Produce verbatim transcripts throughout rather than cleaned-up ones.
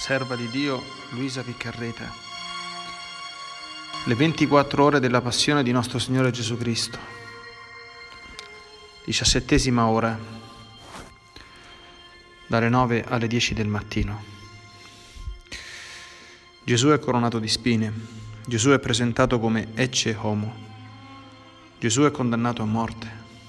serva di Dio Luisa Piccarreta. Le ventiquattro ore della passione di nostro Signore Gesù Cristo. Diciassettesima ora, dalle nove alle dieci del mattino. Gesù è coronato di spine. Gesù è presentato come ecce homo. Gesù è condannato a morte.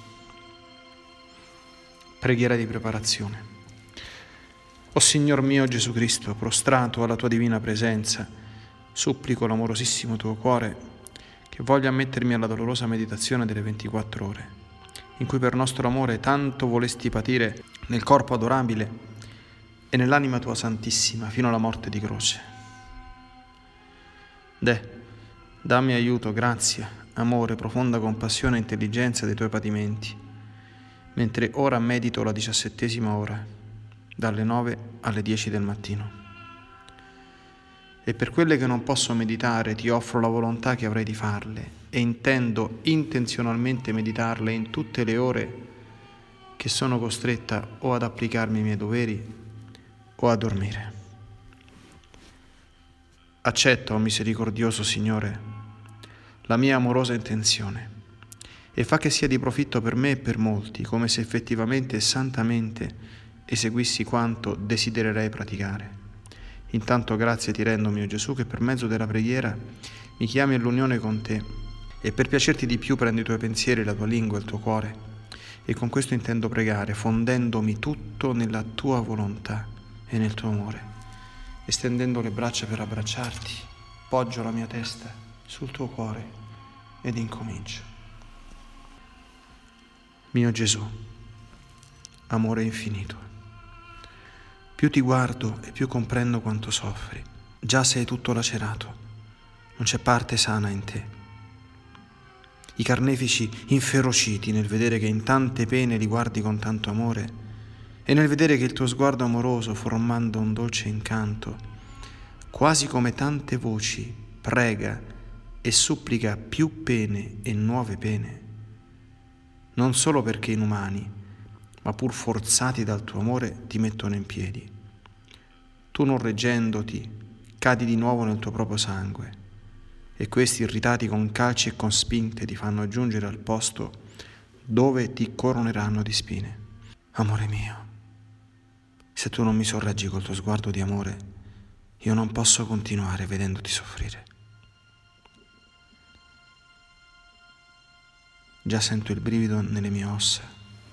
Preghiera di preparazione. O Signor mio Gesù Cristo, prostrato alla tua divina presenza, supplico l'amorosissimo tuo cuore che voglia ammettermi alla dolorosa meditazione delle ventiquattro ore, in cui per nostro amore tanto volesti patire nel corpo adorabile e nell'anima tua santissima fino alla morte di croce. Deh, dammi aiuto, grazia, amore, profonda compassione e intelligenza dei tuoi patimenti, mentre ora medito la diciassettesima ora, dalle nove alle dieci del mattino. E per quelle che non posso meditare ti offro la volontà che avrei di farle e intendo intenzionalmente meditarle in tutte le ore che sono costretta o ad applicarmi ai miei doveri o a dormire. Accetta, o misericordioso Signore, la mia amorosa intenzione e fa che sia di profitto per me e per molti, come se effettivamente e santamente eseguissi quanto desidererei praticare. Intanto grazie ti rendo, mio Gesù, che per mezzo della preghiera mi chiami all'unione con te e per piacerti di più prendo i tuoi pensieri, la tua lingua, il tuo cuore, e con questo intendo pregare, fondendomi tutto nella tua volontà e nel tuo amore. Estendendo le braccia per abbracciarti, poggio la mia testa sul tuo cuore ed incomincio. Mio Gesù, amore infinito, più ti guardo e più comprendo quanto soffri. Già sei tutto lacerato, non c'è parte sana in te. I carnefici inferociti nel vedere che in tante pene li guardi con tanto amore e nel vedere che il tuo sguardo amoroso, formando un dolce incanto, quasi come tante voci, prega e supplica più pene e nuove pene, non solo perché inumani, ma pur forzati dal tuo amore ti mettono in piedi. Tu, non reggendoti, cadi di nuovo nel tuo proprio sangue e questi, irritati con calci e con spinte, ti fanno giungere al posto dove ti coroneranno di spine. Amore mio, se tu non mi sorreggi col tuo sguardo di amore, io non posso continuare vedendoti soffrire. Già sento il brivido nelle mie ossa.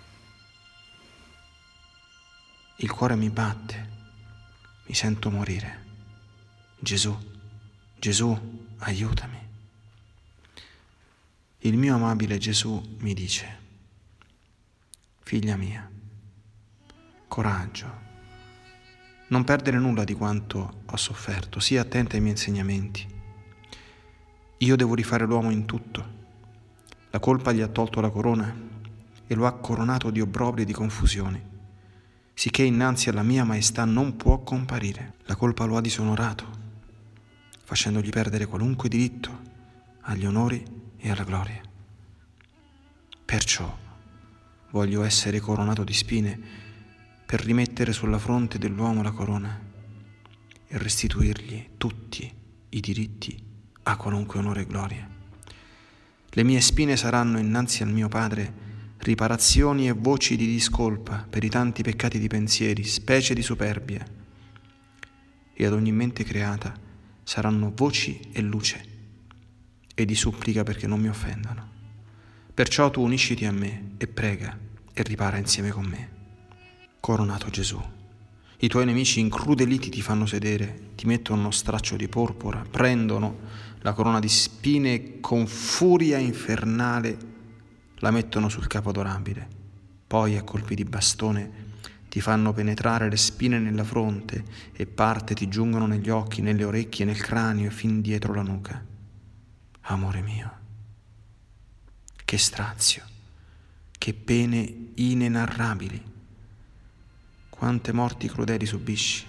Il cuore mi batte, mi sento morire. Gesù, Gesù, aiutami. Il mio amabile Gesù mi dice: figlia mia, coraggio, non perdere nulla di quanto ho sofferto, sii attenta ai miei insegnamenti. Io devo rifare l'uomo in tutto. La colpa gli ha tolto la corona e lo ha coronato di obbrobri e di confusioni, sicché innanzi alla mia maestà non può comparire. La colpa lo ha disonorato, facendogli perdere qualunque diritto agli onori e alla gloria. Perciò voglio essere coronato di spine per rimettere sulla fronte dell'uomo la corona e restituirgli tutti i diritti a qualunque onore e gloria. Le mie spine saranno innanzi al mio Padre riparazioni e voci di discolpa per i tanti peccati di pensieri, specie di superbia, e ad ogni mente creata saranno voci e luce e di supplica perché non mi offendano. Perciò tu unisciti a me e prega e ripara insieme con me. Coronato Gesù, i tuoi nemici incrudeliti ti fanno sedere, ti mettono uno straccio di porpora, prendono la corona di spine e con furia infernale la mettono sul capo adorabile, poi a colpi di bastone ti fanno penetrare le spine nella fronte e parte ti giungono negli occhi, nelle orecchie, nel cranio e fin dietro la nuca. Amore mio, che strazio, che pene inenarrabili, quante morti crudeli subisci.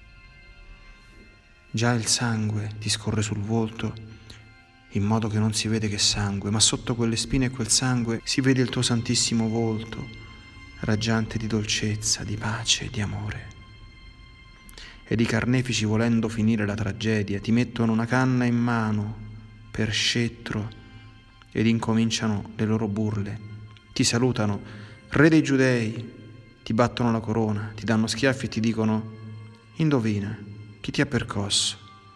Già il sangue ti scorre sul volto in modo che non si vede che sangue, ma sotto quelle spine e quel sangue si vede il tuo santissimo volto, raggiante di dolcezza, di pace e di amore. ed i carnefici, volendo finire la tragedia, ti mettono una canna in mano per scettro ed incominciano le loro burle. Ti salutano, Re dei Giudei, ti battono la corona, ti danno schiaffi e ti dicono: indovina, chi ti ha percosso?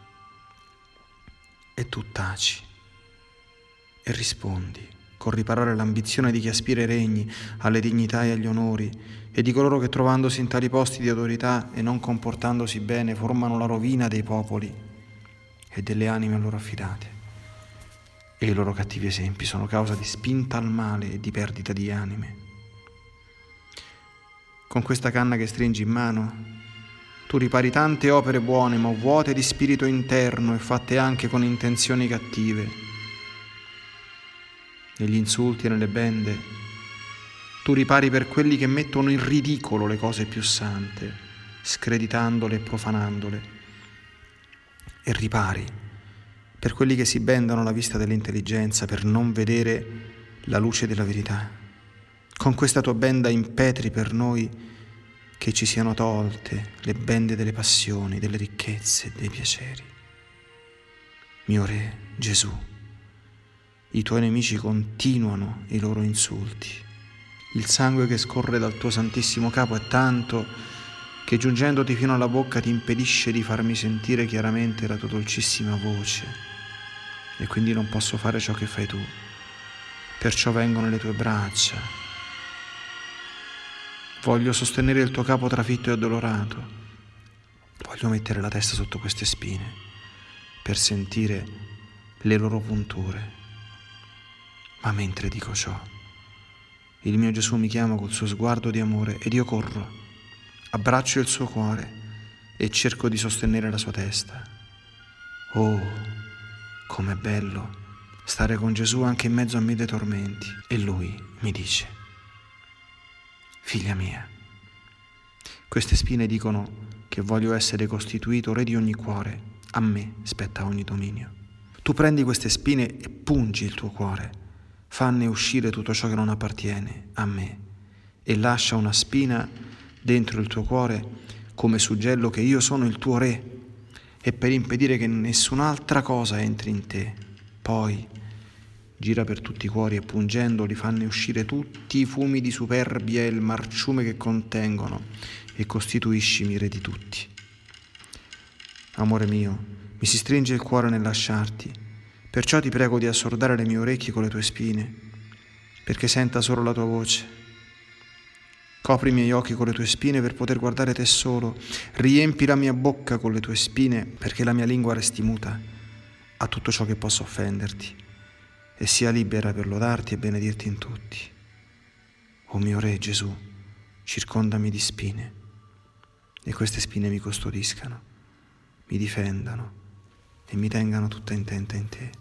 E tu taci e rispondi con riparare l'ambizione di chi aspira ai regni, alle dignità e agli onori, e di coloro che, trovandosi in tali posti di autorità e non comportandosi bene, formano la rovina dei popoli e delle anime a loro affidate. E i loro cattivi esempi sono causa di spinta al male e di perdita di anime. Con questa canna che stringi in mano, tu ripari tante opere buone, ma vuote di spirito interno e fatte anche con intenzioni cattive. Negli insulti e nelle bende, tu ripari per quelli che mettono in ridicolo le cose più sante, screditandole e profanandole. E ripari per quelli che si bendano la vista dell'intelligenza per non vedere la luce della verità. Con questa tua benda impetri per noi che ci siano tolte le bende delle passioni, delle ricchezze e dei piaceri. Mio Re Gesù, i tuoi nemici continuano i loro insulti. Il sangue che scorre dal tuo santissimo capo è tanto che, giungendoti fino alla bocca, ti impedisce di farmi sentire chiaramente la tua dolcissima voce, e quindi non posso fare ciò che fai tu. Perciò vengo nelle tue braccia. Voglio sostenere il tuo capo trafitto e addolorato. Voglio mettere la testa sotto queste spine per sentire le loro punture. Ma mentre dico ciò, il mio Gesù mi chiama col suo sguardo di amore ed io corro, abbraccio il suo cuore e cerco di sostenere la sua testa. Oh, com'è bello stare con Gesù anche in mezzo a mille tormenti. E lui mi dice: figlia mia, queste spine dicono che voglio essere costituito re di ogni cuore, a me spetta ogni dominio. Tu prendi queste spine e pungi il tuo cuore, fanne uscire tutto ciò che non appartiene a me e lascia una spina dentro il tuo cuore come suggello che io sono il tuo re, e per impedire che nessun'altra cosa entri in te. Poi gira per tutti i cuori e pungendoli fanne uscire tutti i fumi di superbia e il marciume che contengono, e costituiscimi re di tutti. Amore mio, mi si stringe il cuore nel lasciarti, perciò ti prego di assordare le mie orecchie con le tue spine, perché senta solo la tua voce. Copri i miei occhi con le tue spine per poter guardare te solo. Riempi la mia bocca con le tue spine, perché la mia lingua resti muta a tutto ciò che possa offenderti, e sia libera per lodarti e benedirti in tutti. O mio Re Gesù, circondami di spine, e queste spine mi custodiscano, mi difendano e mi tengano tutta intenta in te.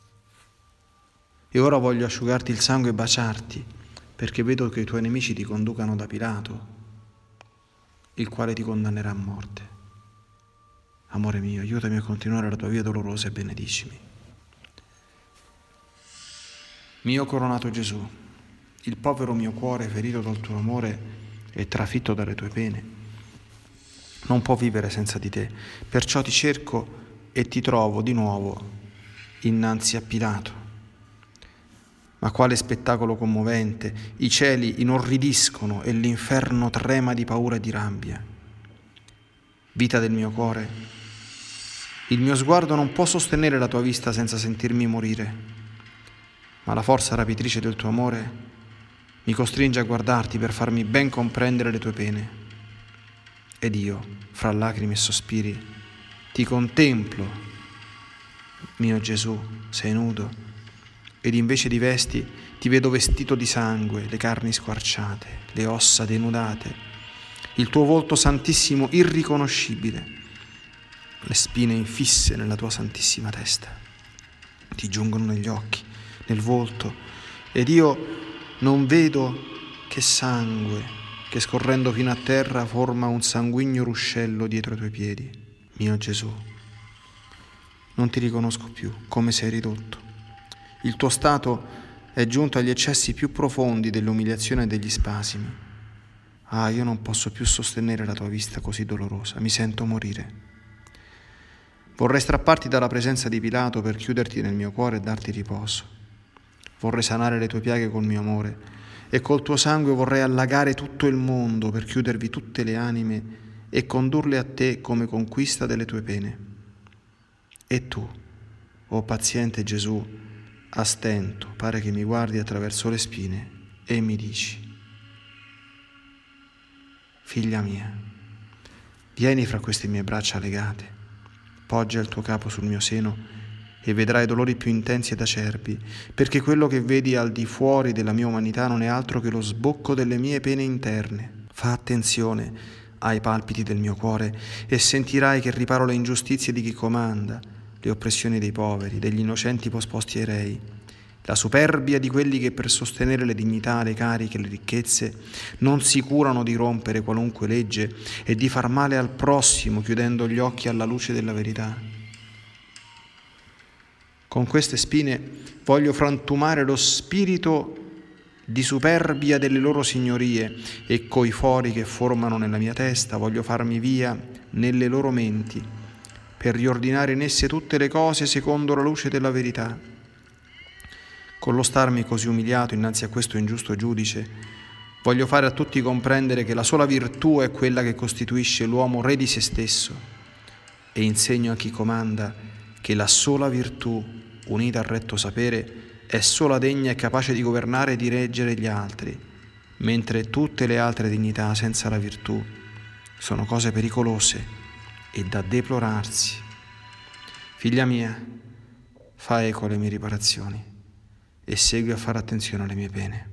E ora voglio asciugarti il sangue e baciarti, perché vedo che i tuoi nemici ti conducano da Pilato, il quale ti condannerà a morte. Amore mio, aiutami a continuare la tua via dolorosa e benedicimi. Mio coronato Gesù, il povero mio cuore, ferito dal tuo amore e trafitto dalle tue pene, non può vivere senza di te, perciò ti cerco e ti trovo di nuovo innanzi a Pilato. Ma quale spettacolo commovente! I cieli inorridiscono e l'inferno trema di paura e di rabbia. Vita del mio cuore, il mio sguardo non può sostenere la tua vista senza sentirmi morire, ma la forza rapitrice del tuo amore mi costringe a guardarti per farmi ben comprendere le tue pene. Ed io, fra lacrime e sospiri, ti contemplo, mio Gesù, sei nudo, ed invece di vesti ti vedo vestito di sangue, le carni squarciate, le ossa denudate, il tuo volto santissimo irriconoscibile, le spine infisse nella tua santissima testa, ti giungono negli occhi, nel volto, ed io non vedo che sangue che scorrendo fino a terra forma un sanguigno ruscello dietro i tuoi piedi. Mio Gesù, non ti riconosco più, come sei ridotto. Il tuo stato è giunto agli eccessi più profondi dell'umiliazione e degli spasimi. Ah, io non posso più sostenere la tua vista così dolorosa, mi sento morire. Vorrei strapparti dalla presenza di Pilato per chiuderti nel mio cuore e darti riposo. Vorrei sanare le tue piaghe col mio amore e col tuo sangue vorrei allagare tutto il mondo per chiudervi tutte le anime e condurle a te come conquista delle tue pene. E tu, o paziente Gesù, a stento, pare che mi guardi attraverso le spine e mi dici: figlia mia, vieni fra queste mie braccia legate, poggia il tuo capo sul mio seno e vedrai dolori più intensi ed acerbi, perché quello che vedi al di fuori della mia umanità non è altro che lo sbocco delle mie pene interne. Fa attenzione ai palpiti del mio cuore e sentirai che riparo le ingiustizie di chi comanda, le oppressioni dei poveri, degli innocenti posposti ai rei, la superbia di quelli che per sostenere le dignità, le cariche, le ricchezze non si curano di rompere qualunque legge e di far male al prossimo chiudendo gli occhi alla luce della verità. Con queste spine voglio frantumare lo spirito di superbia delle loro signorie e coi fori che formano nella mia testa voglio farmi via nelle loro menti per riordinare in esse tutte le cose secondo la luce della verità. Con lo starmi così umiliato innanzi a questo ingiusto giudice, voglio fare a tutti comprendere che la sola virtù è quella che costituisce l'uomo re di se stesso e insegno a chi comanda che la sola virtù, unita al retto sapere, è sola degna e capace di governare e di reggere gli altri, mentre tutte le altre dignità senza la virtù sono cose pericolose e da deplorarsi. Figlia mia, fa eco alle mie riparazioni e segui a fare attenzione alle mie pene.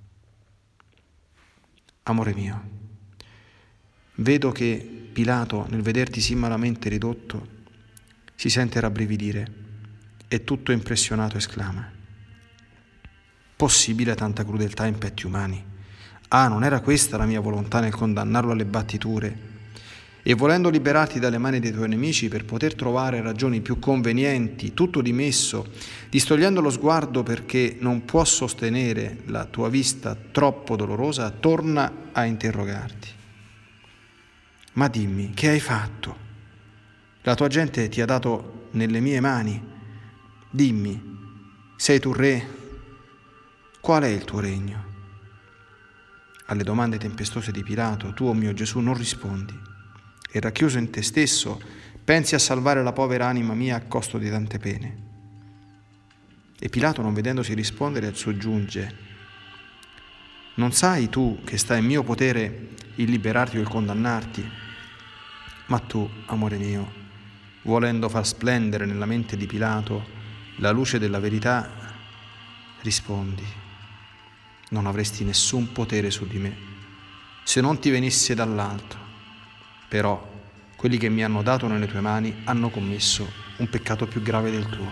Amore mio, vedo che Pilato, nel vederti sì malamente ridotto, si sente rabbrividire e tutto impressionato esclama: possibile tanta crudeltà in petti umani? Ah, non era questa la mia volontà nel condannarlo alle battiture? E volendo liberarti dalle mani dei tuoi nemici per poter trovare ragioni più convenienti, tutto dimesso, distogliendo lo sguardo perché non può sostenere la tua vista troppo dolorosa, torna a interrogarti. Ma dimmi, che hai fatto? La tua gente ti ha dato nelle mie mani. Dimmi, sei tu re? Qual è il tuo regno? Alle domande tempestose di Pilato, tu, o mio Gesù, non rispondi. E racchiuso in te stesso, pensi a salvare la povera anima mia a costo di tante pene. E Pilato, non vedendosi rispondere, soggiunge: non sai tu che sta in mio potere il liberarti o il condannarti? Ma tu, amore mio, volendo far splendere nella mente di Pilato la luce della verità, rispondi: non avresti nessun potere su di me se non ti venisse dall'alto. Però quelli che mi hanno dato nelle tue mani hanno commesso un peccato più grave del tuo.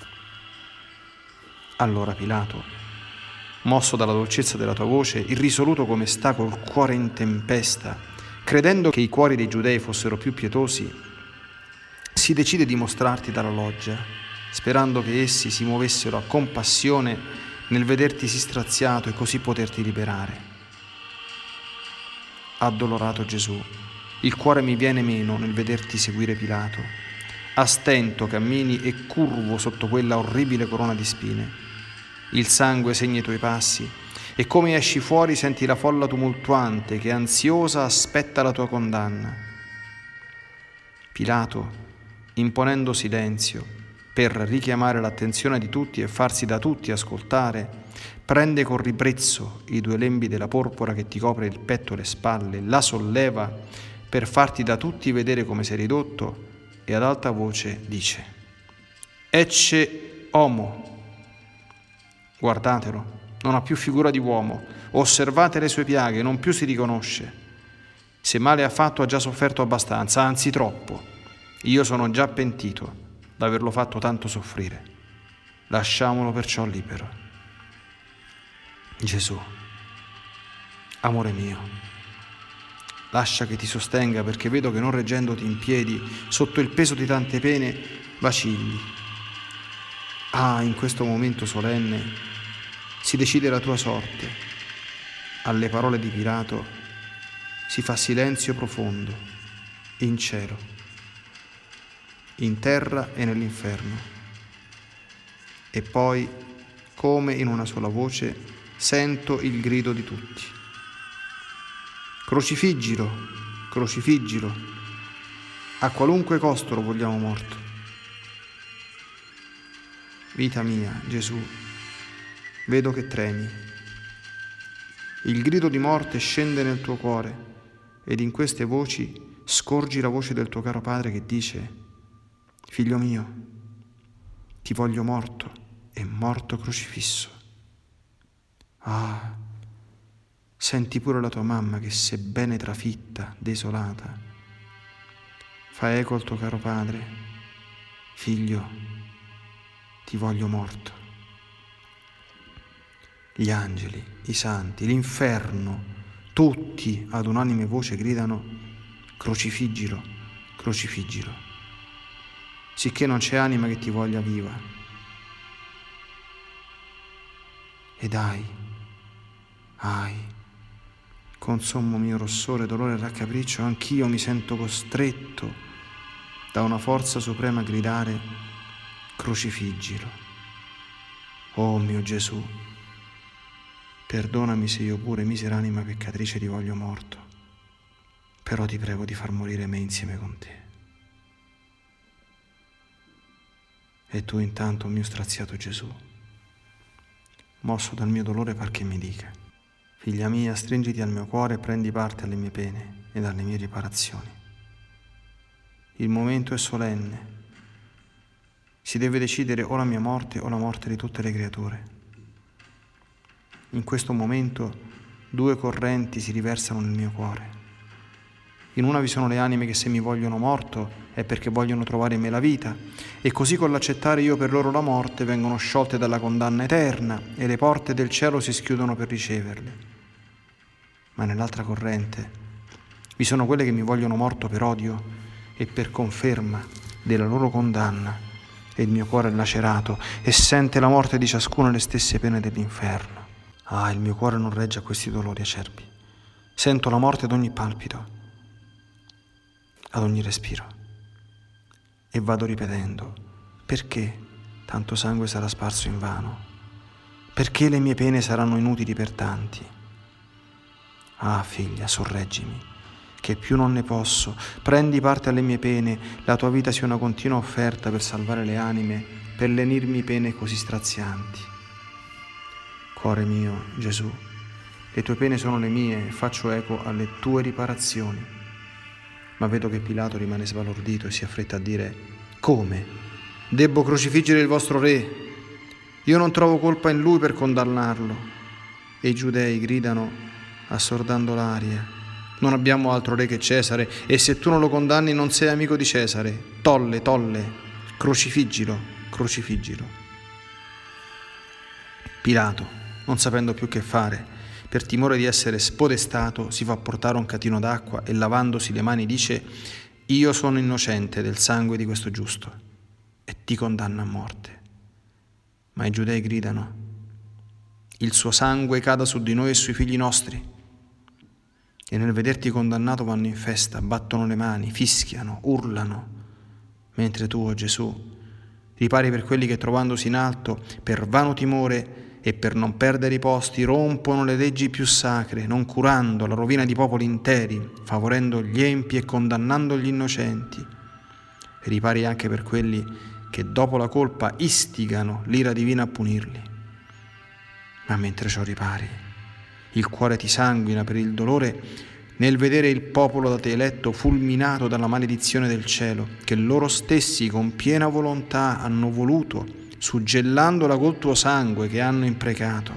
Allora Pilato, mosso dalla dolcezza della tua voce, irrisoluto come sta col cuore in tempesta, credendo che i cuori dei giudei fossero più pietosi, si decide di mostrarti dalla loggia, sperando che essi si muovessero a compassione nel vederti sì straziato e così poterti liberare. Addolorato Gesù, il cuore mi viene meno nel vederti seguire Pilato. A stento cammini e curvo sotto quella orribile corona di spine. Il sangue segna i tuoi passi e come esci fuori senti la folla tumultuante che ansiosa aspetta la tua condanna. Pilato, imponendo silenzio per richiamare l'attenzione di tutti e farsi da tutti ascoltare, prende con ribrezzo i due lembi della porpora che ti copre il petto e le spalle, la solleva per farti da tutti vedere come sei ridotto e ad alta voce dice: Ecce homo. Guardatelo, non ha più figura di uomo, osservate le sue piaghe, non più si riconosce. Se male ha fatto ha già sofferto abbastanza, anzi troppo. Io sono già pentito d'averlo fatto tanto soffrire. Lasciamolo perciò libero. Gesù, amore mio, lascia che ti sostenga, perché vedo che non reggendoti in piedi sotto il peso di tante pene vacilli. Ah, in questo momento solenne si decide la tua sorte. Alle parole di Pilato si fa silenzio profondo, in cielo, in terra e nell'inferno. E poi, come in una sola voce, sento il grido di tutti. Crocifiggilo, crocifiggilo, a qualunque costo lo vogliamo morto. Vita mia, Gesù, vedo che tremi. Il grido di morte scende nel tuo cuore ed in queste voci scorgi la voce del tuo caro Padre che dice: figlio mio, ti voglio morto e morto crocifisso. Ah, senti pure la tua mamma che, sebbene trafitta, desolata, fa eco al tuo caro Padre: figlio, ti voglio morto. Gli angeli, i santi, l'inferno, tutti ad unanime voce gridano: crocifiggilo, crocifiggilo, sicché non c'è anima che ti voglia viva. Ed ai, ai, con sommo mio rossore, dolore e raccapriccio, anch'io mi sento costretto da una forza suprema a gridare: crocifiggilo. Oh mio Gesù, perdonami se io pure, misera anima peccatrice, ti voglio morto, però ti prego di far morire me insieme con te. E tu intanto, mio straziato Gesù, mosso dal mio dolore, par che mi dica: figlia mia, stringiti al mio cuore e prendi parte alle mie pene ed alle mie riparazioni. Il momento è solenne, si deve decidere o la mia morte o la morte di tutte le creature. In questo momento due correnti si riversano nel mio cuore. In una vi sono le anime che, se mi vogliono morto, è perché vogliono trovare in me la vita, e così con l'accettare io per loro la morte vengono sciolte dalla condanna eterna e le porte del cielo si schiudono per riceverle. Ma nell'altra corrente vi sono quelle che mi vogliono morto per odio e per conferma della loro condanna, e il mio cuore è lacerato e sente la morte di ciascuno le stesse pene dell'inferno. Ah, il mio cuore non regge a questi dolori acerbi. Sento la morte ad ogni palpito, ad ogni respiro, e vado ripetendo: perché tanto sangue sarà sparso invano? Perché le mie pene saranno inutili per tanti? Ah, figlia, sorreggimi, che più non ne posso. Prendi parte alle mie pene, la tua vita sia una continua offerta per salvare le anime, per lenirmi pene così strazianti. Cuore mio, Gesù, le tue pene sono le mie e faccio eco alle tue riparazioni. Ma vedo che Pilato rimane sbalordito e si affretta a dire: come? Debbo crocifiggere il vostro re? Io non trovo colpa in lui per condannarlo. E i giudei gridano, assordando l'aria: non abbiamo altro re che Cesare, e se tu non lo condanni non sei amico di Cesare. Tolle, tolle, crocifiggilo, crocifiggilo. Pilato, non sapendo più che fare, per timore di essere spodestato, si fa portare un catino d'acqua e, lavandosi le mani, dice: io sono innocente del sangue di questo giusto, e ti condanna a morte. Ma i giudei gridano: il suo sangue cada su di noi e sui figli nostri. E nel vederti condannato vanno in festa, battono le mani, fischiano, urlano, mentre tu, o Gesù, ripari per quelli che, trovandosi in alto, per vano timore e per non perdere i posti, rompono le leggi più sacre, non curando la rovina di popoli interi, favorendo gli empi e condannando gli innocenti. E ripari anche per quelli che dopo la colpa istigano l'ira divina a punirli. Ma mentre ciò ripari, il cuore ti sanguina per il dolore nel vedere il popolo da te eletto fulminato dalla maledizione del cielo, che loro stessi con piena volontà hanno voluto, suggellandola col tuo sangue che hanno imprecato.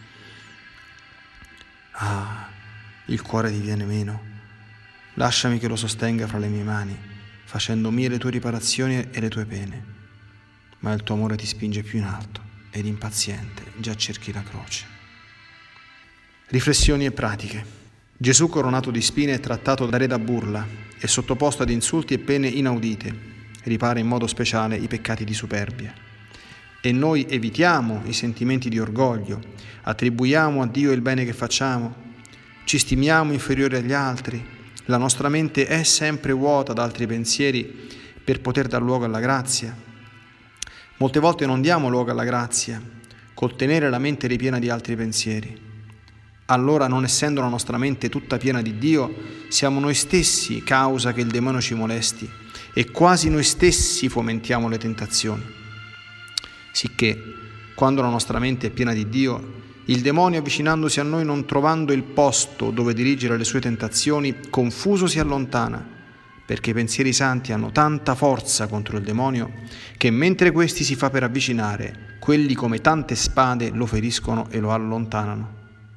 Ah, il cuore ti viene meno. Lasciami che lo sostenga fra le mie mani, facendo mie le tue riparazioni e le tue pene. Ma il tuo amore ti spinge più in alto ed impaziente già cerchi la croce. Riflessioni e pratiche. Gesù, coronato di spine, è trattato da re da burla e sottoposto ad insulti e pene inaudite. Ripara in modo speciale i peccati di superbia. E noi evitiamo i sentimenti di orgoglio, attribuiamo a Dio il bene che facciamo, ci ci stimiamo inferiori agli altri, la nostra mente è sempre vuota da altri pensieri per poter dar luogo alla grazia. Molte volte non diamo luogo alla grazia, col tenere la mente ripiena di altri pensieri. Allora, non essendo la nostra mente tutta piena di Dio, siamo noi stessi causa che il demonio ci molesti e quasi noi stessi fomentiamo le tentazioni. Sicché, quando la nostra mente è piena di Dio, il demonio, avvicinandosi a noi non trovando il posto dove dirigere le sue tentazioni, confuso si allontana, perché i pensieri santi hanno tanta forza contro il demonio che mentre questi si fa per avvicinare, quelli come tante spade lo feriscono e lo allontanano.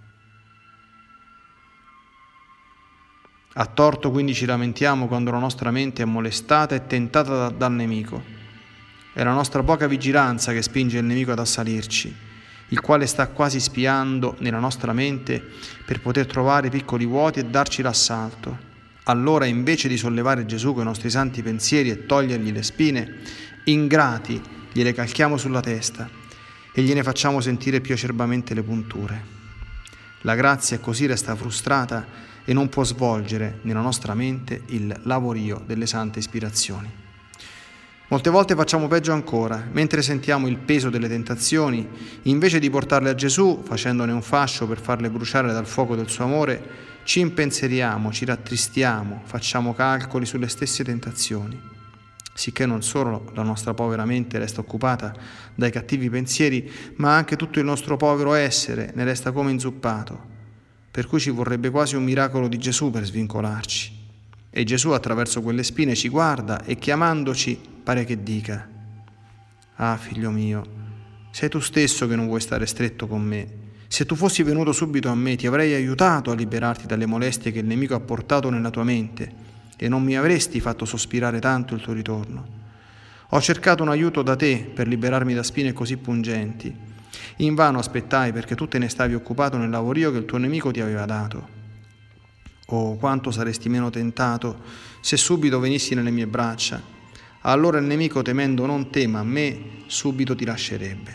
A torto quindi ci lamentiamo quando la nostra mente è molestata e tentata da, dal nemico. È la nostra poca vigilanza che spinge il nemico ad assalirci, il quale sta quasi spiando nella nostra mente per poter trovare piccoli vuoti e darci l'assalto. Allora, invece di sollevare Gesù con i nostri santi pensieri e togliergli le spine, ingrati gliele calchiamo sulla testa e gliene facciamo sentire più acerbamente le punture. La grazia così resta frustrata e non può svolgere nella nostra mente il lavorio delle sante ispirazioni. Molte volte facciamo peggio ancora, mentre sentiamo il peso delle tentazioni, invece di portarle a Gesù, facendone un fascio per farle bruciare dal fuoco del suo amore, ci impensieriamo, ci rattristiamo, facciamo calcoli sulle stesse tentazioni, sicché non solo la nostra povera mente resta occupata dai cattivi pensieri, ma anche tutto il nostro povero essere ne resta come inzuppato, per cui ci vorrebbe quasi un miracolo di Gesù per svincolarci. E Gesù attraverso quelle spine ci guarda e chiamandoci pare che dica: «Ah, figlio mio, sei tu stesso che non vuoi stare stretto con me. Se tu fossi venuto subito a me ti avrei aiutato a liberarti dalle molestie che il nemico ha portato nella tua mente e non mi avresti fatto sospirare tanto il tuo ritorno. Ho cercato un aiuto da te per liberarmi da spine così pungenti. Invano aspettai perché tu te ne stavi occupato nel lavorio che il tuo nemico ti aveva dato. Oh, quanto saresti meno tentato se subito venissi nelle mie braccia. Allora il nemico, temendo non te ma me, subito ti lascerebbe.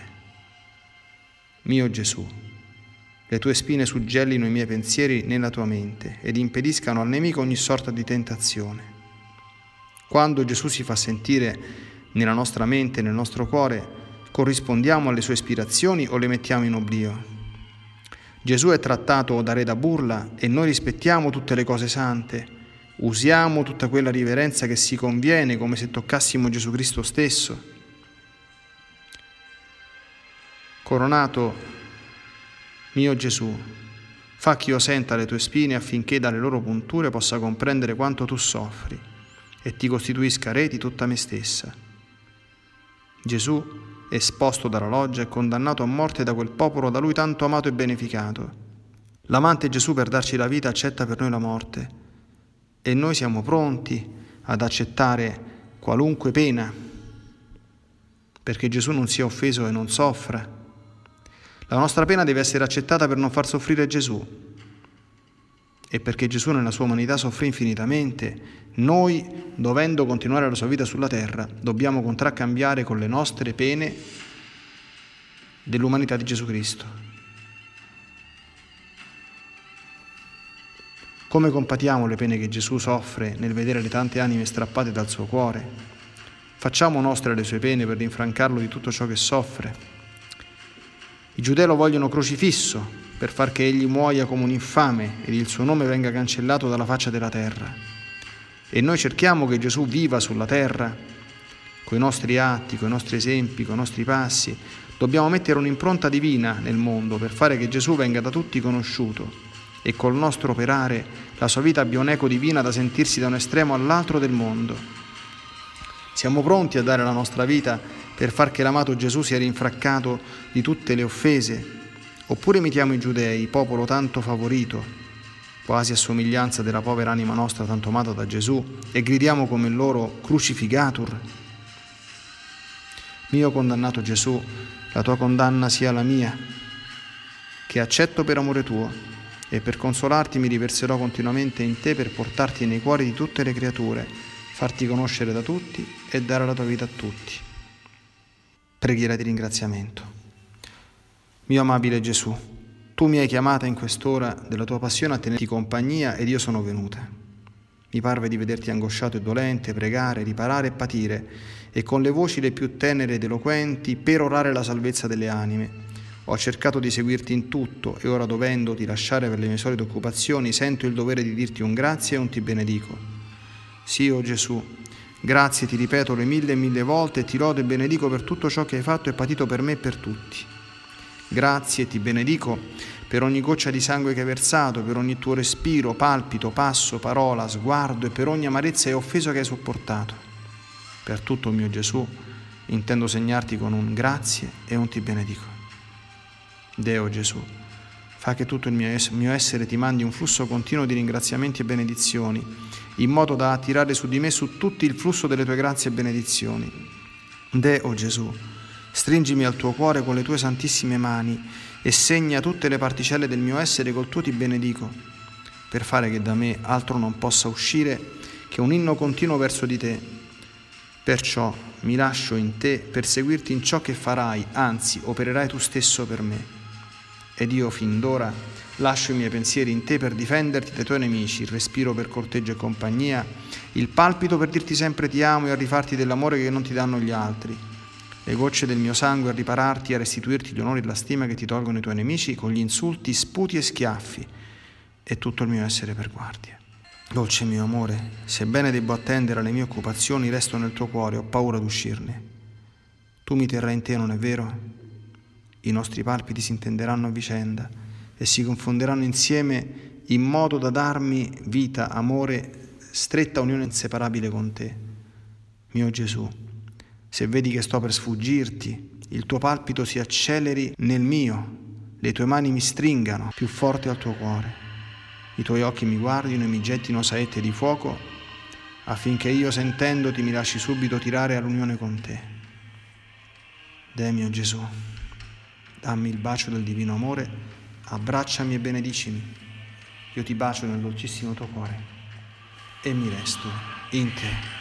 Mio Gesù, le tue spine suggellino i miei pensieri nella tua mente ed impediscano al nemico ogni sorta di tentazione. Quando Gesù si fa sentire nella nostra mente e nel nostro cuore, corrispondiamo alle sue ispirazioni o le mettiamo in oblio? Gesù è trattato da re da burla e noi rispettiamo tutte le cose sante, usiamo tutta quella riverenza che si conviene come se toccassimo Gesù Cristo stesso. Coronato, mio Gesù, fa che io senta le tue spine affinché dalle loro punture possa comprendere quanto tu soffri e ti costituisca re di tutta me stessa. Gesù, esposto dalla loggia e condannato a morte da quel popolo da lui tanto amato e beneficato. L'amante Gesù, per darci la vita, accetta per noi la morte e noi siamo pronti ad accettare qualunque pena perché Gesù non sia offeso e non soffra. La nostra pena deve essere accettata per non far soffrire Gesù e perché Gesù nella sua umanità soffrì infinitamente, noi, dovendo continuare la sua vita sulla terra, dobbiamo contraccambiare con le nostre pene dell'umanità di Gesù Cristo. Come compatiamo le pene che Gesù soffre nel vedere le tante anime strappate dal suo cuore? Facciamo nostre le sue pene per rinfrancarlo di tutto ciò che soffre. I giudei lo vogliono crocifisso per far che egli muoia come un infame ed il suo nome venga cancellato dalla faccia della terra. E noi cerchiamo che Gesù viva sulla terra, coi nostri atti, coi nostri esempi, coi nostri passi. Dobbiamo mettere un'impronta divina nel mondo per fare che Gesù venga da tutti conosciuto e col nostro operare la sua vita abbia un'eco divina da sentirsi da un estremo all'altro del mondo. Siamo pronti a dare la nostra vita per far che l'amato Gesù sia rinfrancato di tutte le offese, oppure imitiamo i giudei, popolo tanto favorito, quasi a somiglianza della povera anima nostra tanto amata da Gesù, e gridiamo come loro crucifigatur. Mio condannato Gesù, la tua condanna sia la mia, che accetto per amore tuo, e per consolarti mi riverserò continuamente in te per portarti nei cuori di tutte le creature, farti conoscere da tutti e dare la tua vita a tutti. Preghiera di ringraziamento. Mio amabile Gesù, Tu mi hai chiamata in quest'ora della tua passione a tenerti compagnia ed io sono venuta. Mi parve di vederti angosciato e dolente, pregare, riparare e patire, e con le voci le più tenere ed eloquenti perorare la salvezza delle anime. Ho cercato di seguirti in tutto e ora, dovendoti lasciare per le mie solite occupazioni, sento il dovere di dirti un grazie e un ti benedico. Sì, o Gesù, grazie ti ripeto le mille e mille volte e ti lodo e benedico per tutto ciò che hai fatto e patito per me e per tutti. Grazie e ti benedico per ogni goccia di sangue che hai versato, per ogni tuo respiro, palpito, passo, parola, sguardo e per ogni amarezza e offesa che hai sopportato. Per tutto, mio Gesù, intendo segnarti con un grazie e un ti benedico. Deo Gesù, fa che tutto il mio, es- mio essere ti mandi un flusso continuo di ringraziamenti e benedizioni, in modo da attirare su di me su tutti il flusso delle tue grazie e benedizioni. Deo Gesù, stringimi al tuo cuore con le tue santissime mani e segna tutte le particelle del mio essere col tuo ti benedico, per fare che da me altro non possa uscire che un inno continuo verso di te. Perciò mi lascio in te per seguirti in ciò che farai, anzi opererai tu stesso per me. Ed io fin d'ora lascio i miei pensieri in te per difenderti dai tuoi nemici, il respiro per corteggio e compagnia, il palpito per dirti sempre ti amo e a rifarti dell'amore che non ti danno gli altri, le gocce del mio sangue a ripararti e a restituirti gli onori e la stima che ti tolgono i tuoi nemici con gli insulti, sputi e schiaffi, e tutto il mio essere per guardia. Dolce mio amore, sebbene debbo attendere alle mie occupazioni, resto nel tuo cuore, ho paura d'uscirne. Tu mi terrai in te, non è vero? I nostri palpiti si intenderanno a vicenda e si confonderanno insieme in modo da darmi vita, amore, stretta unione inseparabile con te. Mio Gesù, se vedi che sto per sfuggirti, il tuo palpito si acceleri nel mio, le tue mani mi stringano più forte al tuo cuore, i tuoi occhi mi guardino e mi gettino saette di fuoco, affinché io, sentendoti, mi lasci subito tirare all'unione con te. Deh mio Gesù, dammi il bacio del divino amore, abbracciami e benedicimi. Io ti bacio nel dolcissimo tuo cuore e mi resto in te.